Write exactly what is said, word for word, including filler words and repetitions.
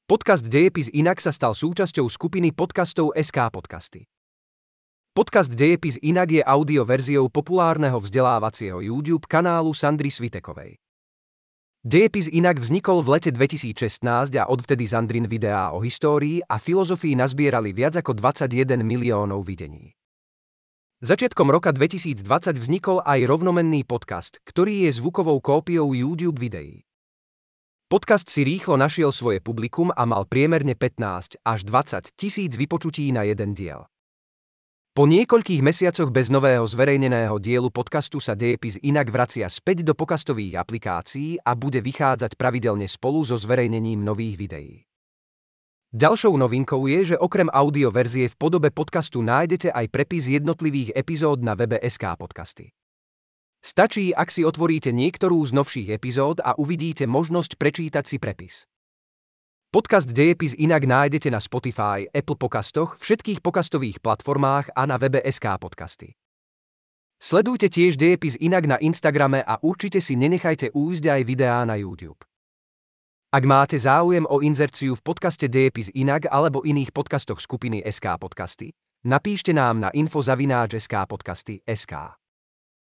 Podcast Dejepis Inak sa stal súčasťou skupiny podcastov es ká Podcasty. Podcast Dejepis Inak je audioverziou populárneho vzdelávacieho YouTube kanálu Sandry Svitekovej. Dejepis Inak vznikol v lete dvetisícšestnásť a odvtedy Sandryn videá o histórii a filozofii nazbierali viac ako dvadsaťjeden miliónov videní. Začiatkom roka dvetisícdvadsať vznikol aj rovnomenný podcast, ktorý je zvukovou kópiou YouTube videí. Podcast si rýchlo našiel svoje publikum a mal priemerne pätnásť až dvadsať tisíc vypočutí na jeden diel. Po niekoľkých mesiacoch bez nového zverejneného dielu podcastu sa Dejepis Inak vracia späť do podcastových aplikácií a bude vychádzať pravidelne spolu so zverejnením nových videí. Ďalšou novinkou je, že okrem audioverzie v podobe podcastu nájdete aj prepis jednotlivých epizód na webe es ká Podcasty. Stačí, ak si otvoríte niektorú z novších epizód a uvidíte možnosť prečítať si prepis. Podcast Dejepis Inak nájdete na Spotify, Apple Podcastoch, všetkých podcastových platformách a na webe es ká Podcasty. Sledujte tiež Dejepis Inak na Instagrame a určite si nenechajte újsť aj videá na YouTube. Ak máte záujem o inzerciu v podcaste Dejepis Inak alebo iných podcastoch skupiny es ká Podcasty, napíšte nám na info zavináč es ká podcasty bodka es ká.